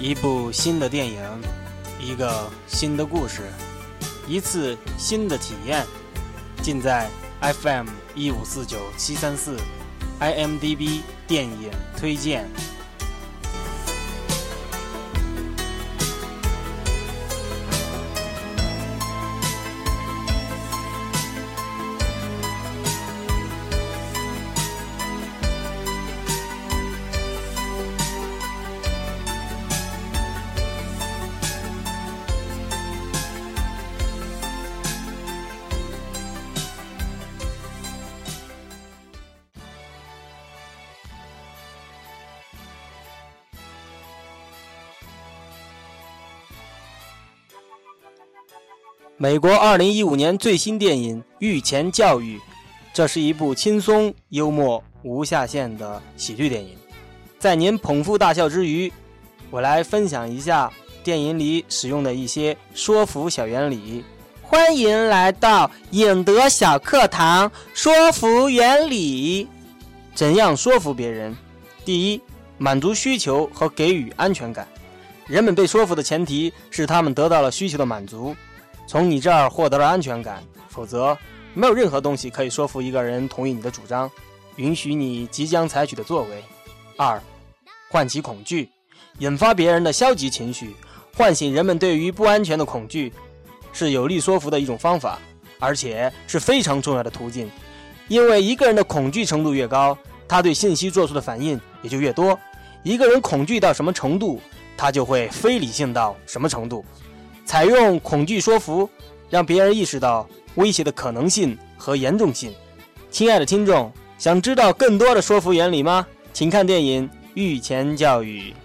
一部新的电影，一个新的故事，一次新的体验，尽在 FM1549734 IMDB 电影推荐。美国2015年最新电影《御前教育》，这是一部轻松、幽默、无下限的喜剧电影。在您捧腹大笑之余，我来分享一下电影里使用的一些说服小原理。欢迎来到影德小课堂，说服原理。怎样说服别人？第一，满足需求和给予安全感。人们被说服的前提是他们得到了需求的满足，从你这儿获得了安全感，否则没有任何东西可以说服一个人同意你的主张，允许你即将采取的作为。二，唤起恐惧，引发别人的消极情绪，唤醒人们对于不安全的恐惧，是有力说服的一种方法，而且是非常重要的途径。因为一个人的恐惧程度越高，他对信息做出的反应也就越多。一个人恐惧到什么程度，他就会非理性到什么程度。采用恐惧说服，让别人意识到威胁的可能性和严重性。亲爱的听众，想知道更多的说服原理吗？请看电影《御前教育》。